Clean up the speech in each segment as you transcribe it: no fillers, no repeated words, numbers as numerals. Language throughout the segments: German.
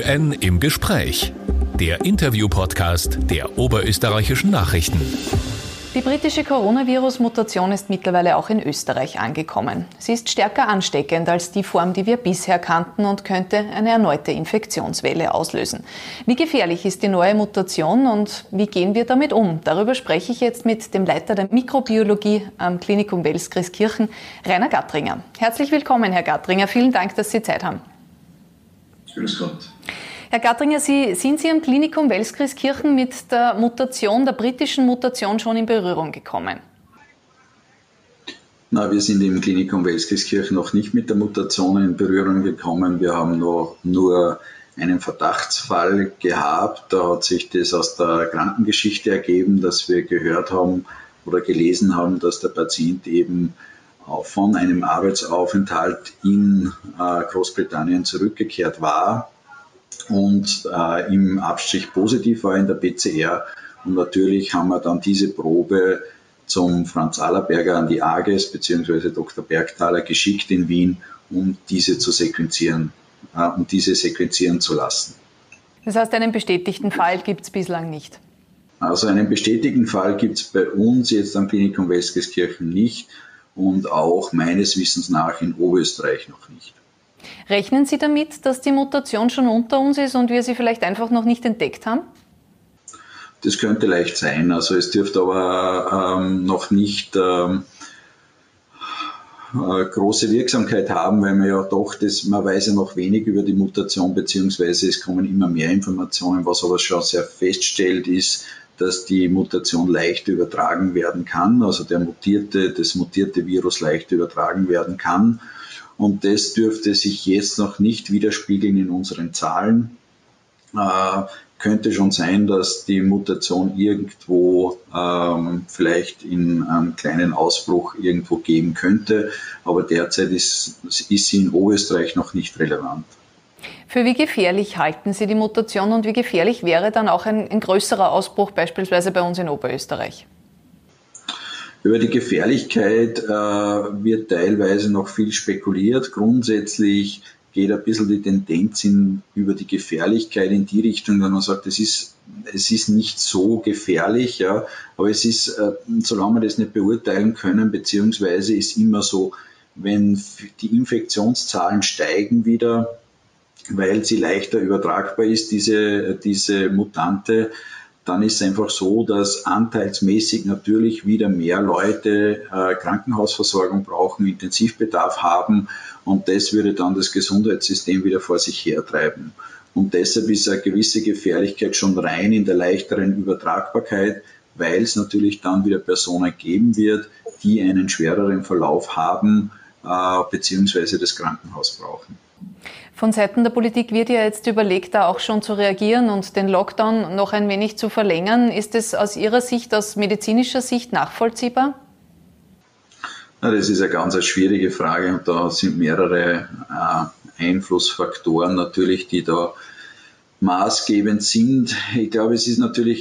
OÖN im Gespräch. Der Interview-Podcast der Oberösterreichischen Nachrichten. Die britische Coronavirus-Mutation ist mittlerweile auch in Österreich angekommen. Sie ist stärker ansteckend als die Form, die wir bisher kannten und könnte eine erneute Infektionswelle auslösen. Wie gefährlich ist die neue Mutation und wie gehen wir damit um? Darüber spreche ich jetzt mit dem Leiter der Mikrobiologie am Klinikum Welskirchen, Rainer Gattringer. Herzlich willkommen, Herr Gattringer. Vielen Dank, dass Sie Zeit haben. Grüß Gott. Herr Gattringer, sind Sie am Klinikum Welskirchen mit der britischen Mutation schon in Berührung gekommen? Na, wir sind im Klinikum Welskirchen noch nicht mit der Mutation in Berührung gekommen. Wir haben nur einen Verdachtsfall gehabt. Da hat sich das aus der Krankengeschichte ergeben, dass wir gehört haben oder gelesen haben, dass der Patient eben von einem Arbeitsaufenthalt in Großbritannien zurückgekehrt war und im Abstrich positiv war in der PCR. Und natürlich haben wir dann diese Probe zum Franz Allerberger an die AGES bzw. Dr. Bergthaler geschickt in Wien, um diese zu sequenzieren, sequenzieren zu lassen. Das heißt, einen bestätigten Fall gibt es bislang nicht? Also einen bestätigten Fall gibt es bei uns jetzt am Klinikum Welskirchen nicht und auch meines Wissens nach in Oberösterreich noch nicht. Rechnen Sie damit, dass die Mutation schon unter uns ist und wir sie vielleicht einfach noch nicht entdeckt haben? Das könnte leicht sein. Also es dürfte aber noch nicht große Wirksamkeit haben, weil man ja doch, man weiß ja noch wenig über die Mutation, beziehungsweise es kommen immer mehr Informationen. Was aber schon sehr feststellt ist, dass die Mutation leicht übertragen werden kann, also das mutierte Virus leicht übertragen werden kann. Und das dürfte sich jetzt noch nicht widerspiegeln in unseren Zahlen. Könnte schon sein, dass die Mutation irgendwo vielleicht in einem kleinen Ausbruch irgendwo geben könnte, aber derzeit ist sie in Oberösterreich noch nicht relevant. Für wie gefährlich halten Sie die Mutation und wie gefährlich wäre dann auch ein größerer Ausbruch beispielsweise bei uns in Oberösterreich? Über die Gefährlichkeit wird teilweise noch viel spekuliert. Grundsätzlich geht ein bisschen die Tendenz über die Gefährlichkeit in die Richtung, wenn man sagt, es ist nicht so gefährlich, ja, aber es ist, solange wir das nicht beurteilen können, beziehungsweise ist immer so, wenn die Infektionszahlen steigen wieder, weil sie leichter übertragbar ist, diese Mutante, dann ist es einfach so, dass anteilsmäßig natürlich wieder mehr Leute Krankenhausversorgung brauchen, Intensivbedarf haben und das würde dann das Gesundheitssystem wieder vor sich hertreiben. Und deshalb ist eine gewisse Gefährlichkeit schon rein in der leichteren Übertragbarkeit, weil es natürlich dann wieder Personen geben wird, die einen schwereren Verlauf haben beziehungsweise das Krankenhaus brauchen. Von Seiten der Politik wird ja jetzt überlegt, da auch schon zu reagieren und den Lockdown noch ein wenig zu verlängern. Ist es aus Ihrer Sicht, aus medizinischer Sicht nachvollziehbar? Na, das ist eine ganz schwierige Frage und da sind mehrere Einflussfaktoren natürlich, die da maßgebend sind. Ich glaube, es ist natürlich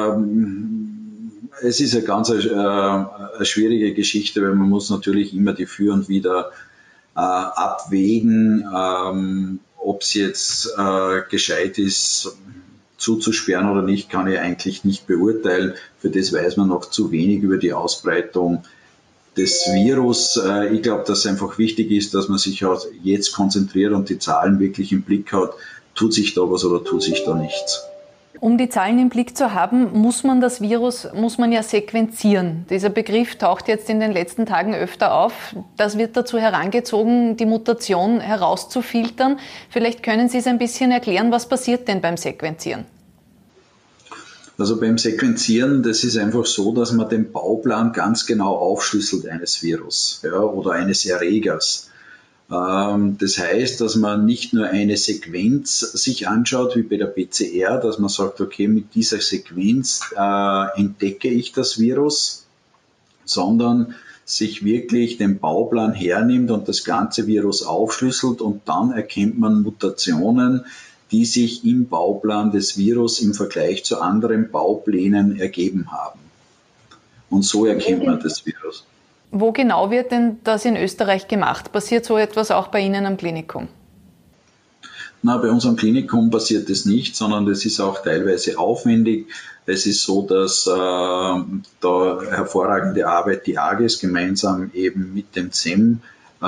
es ist eine ganz eine schwierige Geschichte, weil man muss natürlich immer die Für und Wider abwägen, ob es jetzt gescheit ist, zuzusperren oder nicht, kann ich eigentlich nicht beurteilen. Für das weiß man noch zu wenig über die Ausbreitung des Virus. Ich glaube, dass es einfach wichtig ist, dass man sich auch jetzt konzentriert und die Zahlen wirklich im Blick hat. Tut sich da was oder tut sich da nichts? Um die Zahlen im Blick zu haben, muss man das Virus ja sequenzieren. Dieser Begriff taucht jetzt in den letzten Tagen öfter auf. Das wird dazu herangezogen, die Mutation herauszufiltern. Vielleicht können Sie es ein bisschen erklären, was passiert denn beim Sequenzieren? Also beim Sequenzieren, das ist einfach so, dass man den Bauplan ganz genau aufschlüsselt eines Virus, ja, oder eines Erregers. Das heißt, dass man nicht nur eine Sequenz sich anschaut, wie bei der PCR, dass man sagt, okay, mit dieser Sequenz entdecke ich das Virus, sondern sich wirklich den Bauplan hernimmt und das ganze Virus aufschlüsselt und dann erkennt man Mutationen, die sich im Bauplan des Virus im Vergleich zu anderen Bauplänen ergeben haben. Und so erkennt man das Virus. Wo genau wird denn das in Österreich gemacht? Passiert so etwas auch bei Ihnen am Klinikum? Na, bei unserem Klinikum passiert das nicht, sondern das ist auch teilweise aufwendig. Es ist so, dass da hervorragende Arbeit die AGES gemeinsam eben mit dem ZEM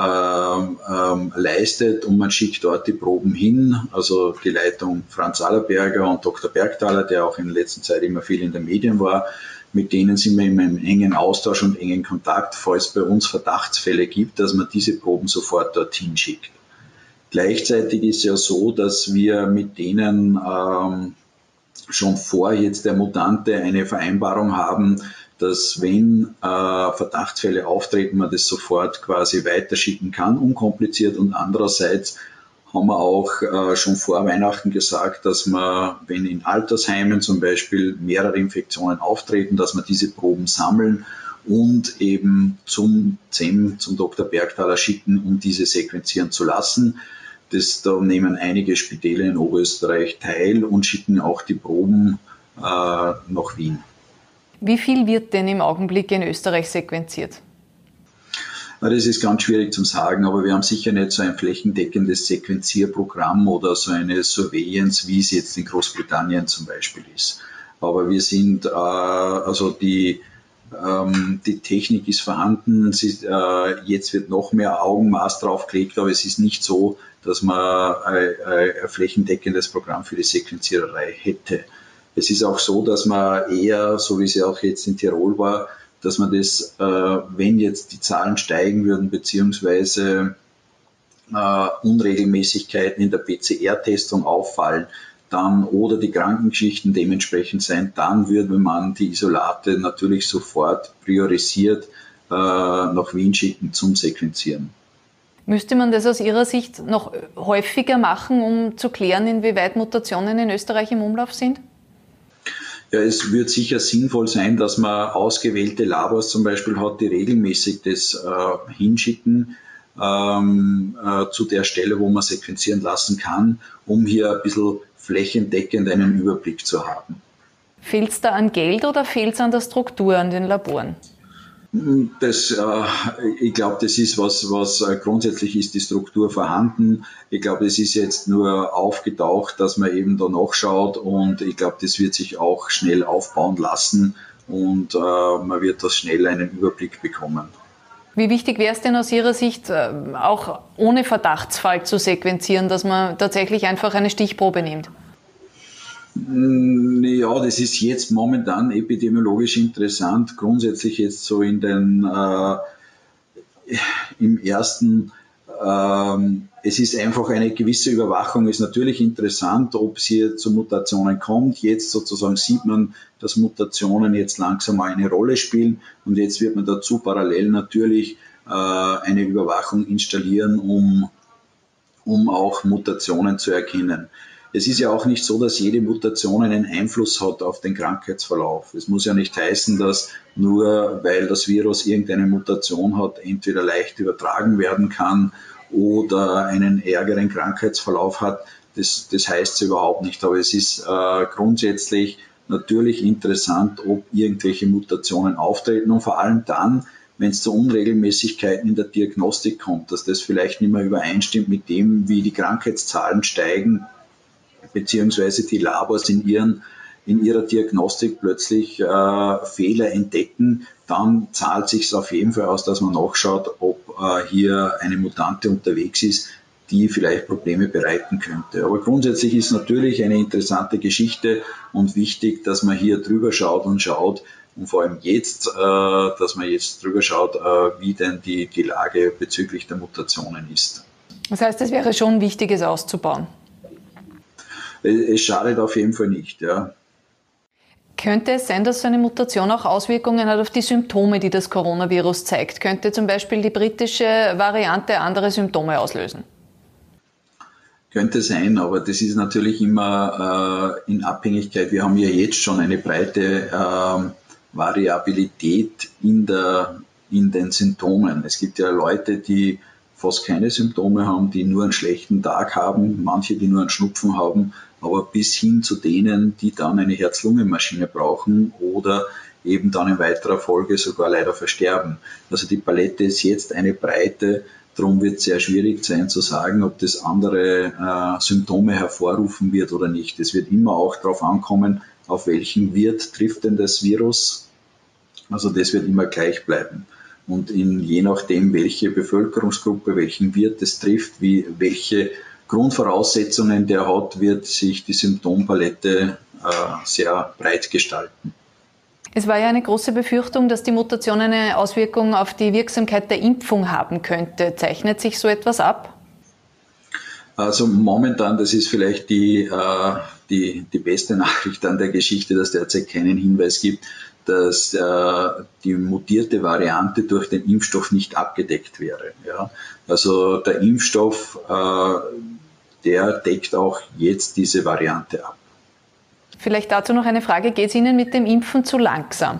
leistet und man schickt dort die Proben hin. Also die Leitung Franz Allerberger und Dr. Bergthaler, der auch in letzter Zeit immer viel in den Medien war, mit denen sind wir in einem engen Austausch und engen Kontakt, falls es bei uns Verdachtsfälle gibt, dass man diese Proben sofort dorthin schickt. Gleichzeitig ist ja so, dass wir mit denen schon vor jetzt der Mutante eine Vereinbarung haben, dass wenn Verdachtsfälle auftreten, man das sofort quasi weiterschicken kann, unkompliziert. Und andererseits haben wir auch schon vor Weihnachten gesagt, dass man, wenn in Altersheimen zum Beispiel mehrere Infektionen auftreten, dass wir diese Proben sammeln und eben zum ZEM, zum Dr. Bergthaler schicken, um diese sequenzieren zu lassen. Da nehmen einige Spitäle in Oberösterreich teil und schicken auch die Proben nach Wien. Wie viel wird denn im Augenblick in Österreich sequenziert? Das ist ganz schwierig zu sagen, aber wir haben sicher nicht so ein flächendeckendes Sequenzierprogramm oder so eine Surveillance, wie es jetzt in Großbritannien zum Beispiel ist. Aber wir sind, die Technik ist vorhanden, jetzt wird noch mehr Augenmaß draufgelegt, aber es ist nicht so, dass man ein flächendeckendes Programm für die Sequenziererei hätte. Es ist auch so, dass man eher, so wie es ja auch jetzt in Tirol war, dass man das, wenn jetzt die Zahlen steigen würden, beziehungsweise Unregelmäßigkeiten in der PCR-Testung auffallen, dann oder die Krankengeschichten dementsprechend sein, dann würde man die Isolate natürlich sofort priorisiert nach Wien schicken zum Sequenzieren. Müsste man das aus Ihrer Sicht noch häufiger machen, um zu klären, inwieweit Mutationen in Österreich im Umlauf sind? Ja, es wird sicher sinnvoll sein, dass man ausgewählte Labors zum Beispiel hat, die regelmäßig das hinschicken zu der Stelle, wo man sequenzieren lassen kann, um hier ein bisschen flächendeckend einen Überblick zu haben. Fehlt es da an Geld oder fehlt es an der Struktur, an den Laboren? Ich glaube, das ist was grundsätzlich ist die Struktur vorhanden. Ich glaube, es ist jetzt nur aufgetaucht, dass man eben da nachschaut und ich glaube, das wird sich auch schnell aufbauen lassen und man wird das schnell einen Überblick bekommen. Wie wichtig wäre es denn aus Ihrer Sicht, auch ohne Verdachtsfall zu sequenzieren, dass man tatsächlich einfach eine Stichprobe nimmt? Ja, das ist jetzt momentan epidemiologisch interessant. Grundsätzlich jetzt so in den im ersten, es ist einfach eine gewisse Überwachung, ist natürlich interessant, ob es hier zu Mutationen kommt. Jetzt sozusagen sieht man, dass Mutationen jetzt langsam mal eine Rolle spielen und jetzt wird man dazu parallel natürlich eine Überwachung installieren, um auch Mutationen zu erkennen. Es ist ja auch nicht so, dass jede Mutation einen Einfluss hat auf den Krankheitsverlauf. Es muss ja nicht heißen, dass nur weil das Virus irgendeine Mutation hat, entweder leicht übertragen werden kann oder einen ärgeren Krankheitsverlauf hat. Das heißt es überhaupt nicht. Aber es ist grundsätzlich natürlich interessant, ob irgendwelche Mutationen auftreten und vor allem dann, wenn es zu Unregelmäßigkeiten in der Diagnostik kommt, dass das vielleicht nicht mehr übereinstimmt mit dem, wie die Krankheitszahlen steigen, beziehungsweise die Labors in ihrer Diagnostik plötzlich Fehler entdecken, dann zahlt sich auf jeden Fall aus, dass man nachschaut, ob hier eine Mutante unterwegs ist, die vielleicht Probleme bereiten könnte. Aber grundsätzlich ist natürlich eine interessante Geschichte und wichtig, dass man hier drüber schaut und vor allem jetzt, dass man jetzt drüber schaut, wie denn die Lage bezüglich der Mutationen ist. Das heißt, es wäre schon wichtig, es auszubauen. Es schadet auf jeden Fall nicht, ja. Könnte es sein, dass so eine Mutation auch Auswirkungen hat auf die Symptome, die das Coronavirus zeigt? Könnte zum Beispiel die britische Variante andere Symptome auslösen? Könnte sein, aber das ist natürlich immer in Abhängigkeit. Wir haben ja jetzt schon eine breite Variabilität in den Symptomen. Es gibt ja Leute, die fast keine Symptome haben, die nur einen schlechten Tag haben, manche, die nur einen Schnupfen haben, aber bis hin zu denen, die dann eine Herz-Lungen-Maschine brauchen oder eben dann in weiterer Folge sogar leider versterben. Also die Palette ist jetzt eine breite, Darum wird es sehr schwierig sein zu sagen, ob das andere Symptome hervorrufen wird oder nicht. Es wird immer auch darauf ankommen, auf welchen Wirt trifft denn das Virus. Also das wird immer gleich bleiben. Und je nachdem, welche Bevölkerungsgruppe, welchen Wirt es trifft, welche Grundvoraussetzungen der hat, wird sich die Symptompalette sehr breit gestalten. Es war ja eine große Befürchtung, dass die Mutation eine Auswirkung auf die Wirksamkeit der Impfung haben könnte. Zeichnet sich so etwas ab? Also momentan, das ist vielleicht die beste Nachricht an der Geschichte, dass derzeit keinen Hinweis gibt, dass die mutierte Variante durch den Impfstoff nicht abgedeckt wäre. Ja? Also der Impfstoff, der deckt auch jetzt diese Variante ab. Vielleicht dazu noch eine Frage, geht es Ihnen mit dem Impfen zu langsam?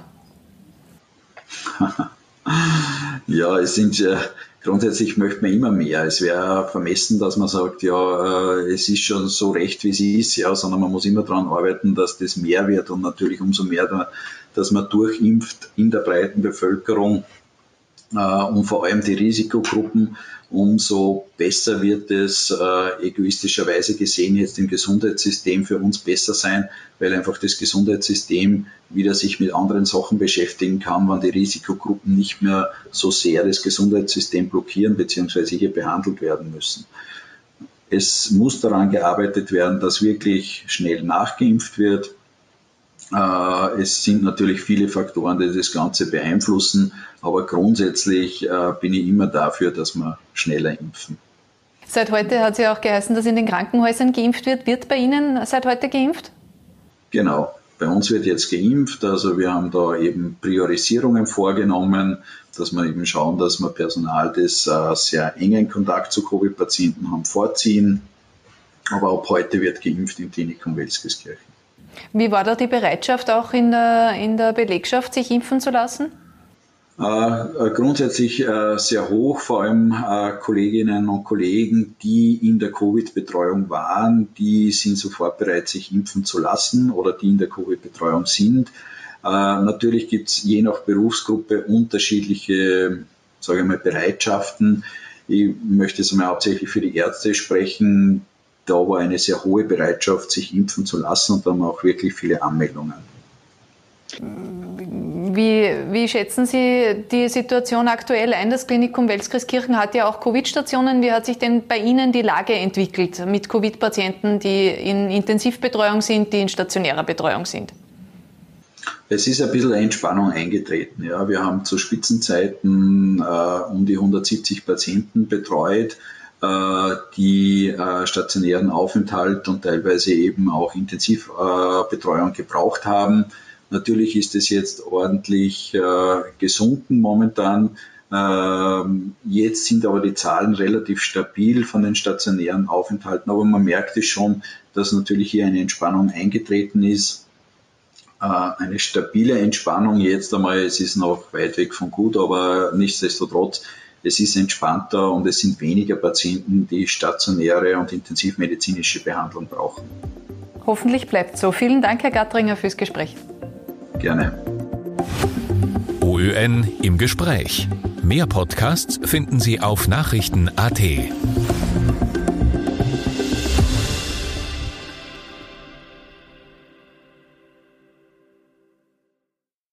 Ja, grundsätzlich möchte man immer mehr. Es wäre vermessen, dass man sagt, ja, es ist schon so recht, wie es ist, ja, sondern man muss immer daran arbeiten, dass das mehr wird und natürlich umso mehr, dass man durchimpft in der breiten Bevölkerung und vor allem die Risikogruppen, umso besser wird es egoistischerweise gesehen jetzt im Gesundheitssystem für uns besser sein, weil einfach das Gesundheitssystem wieder sich mit anderen Sachen beschäftigen kann, wenn die Risikogruppen nicht mehr so sehr das Gesundheitssystem blockieren bzw. hier behandelt werden müssen. Es muss daran gearbeitet werden, dass wirklich schnell nachgeimpft wird. Es sind natürlich viele Faktoren, die das Ganze beeinflussen, aber grundsätzlich bin ich immer dafür, dass wir schneller impfen. Seit heute hat es ja auch geheißen, dass in den Krankenhäusern geimpft wird. Wird bei Ihnen seit heute geimpft? Genau, bei uns wird jetzt geimpft. Also wir haben da eben Priorisierungen vorgenommen, dass wir eben schauen, dass wir Personal, das sehr engen Kontakt zu Covid-Patienten haben, vorziehen. Aber ab heute wird geimpft im Klinikum Welskirchen. Wie war da die Bereitschaft auch in der Belegschaft, sich impfen zu lassen? Grundsätzlich sehr hoch, vor allem Kolleginnen und Kollegen, die in der Covid-Betreuung waren, die sind sofort bereit, sich impfen zu lassen oder die in der Covid-Betreuung sind. Natürlich gibt es je nach Berufsgruppe unterschiedliche, sage ich mal, Bereitschaften. Ich möchte jetzt mal hauptsächlich für die Ärzte sprechen. Da war eine sehr hohe Bereitschaft, sich impfen zu lassen und da haben wir auch wirklich viele Anmeldungen. Wie schätzen Sie die Situation aktuell ein? Das Klinikum Welskirchen hat ja auch Covid-Stationen. Wie hat sich denn bei Ihnen die Lage entwickelt mit Covid-Patienten, die in Intensivbetreuung sind, die in stationärer Betreuung sind? Es ist ein bisschen Entspannung eingetreten. Ja. Wir haben zu Spitzenzeiten um die 170 Patienten betreut, die stationären Aufenthalt und teilweise eben auch Intensivbetreuung gebraucht haben. Natürlich ist es jetzt ordentlich gesunken momentan. Jetzt sind aber die Zahlen relativ stabil von den stationären Aufenthalten, aber man merkt es schon, dass natürlich hier eine Entspannung eingetreten ist. Eine stabile Entspannung jetzt einmal, es ist noch weit weg von gut, aber nichtsdestotrotz, es ist entspannter und es sind weniger Patienten, die stationäre und intensivmedizinische Behandlung brauchen. Hoffentlich bleibt so. Vielen Dank, Herr Gattringer, fürs Gespräch. Gerne. OÜN im Gespräch. Mehr Podcasts finden Sie auf Nachrichten.at.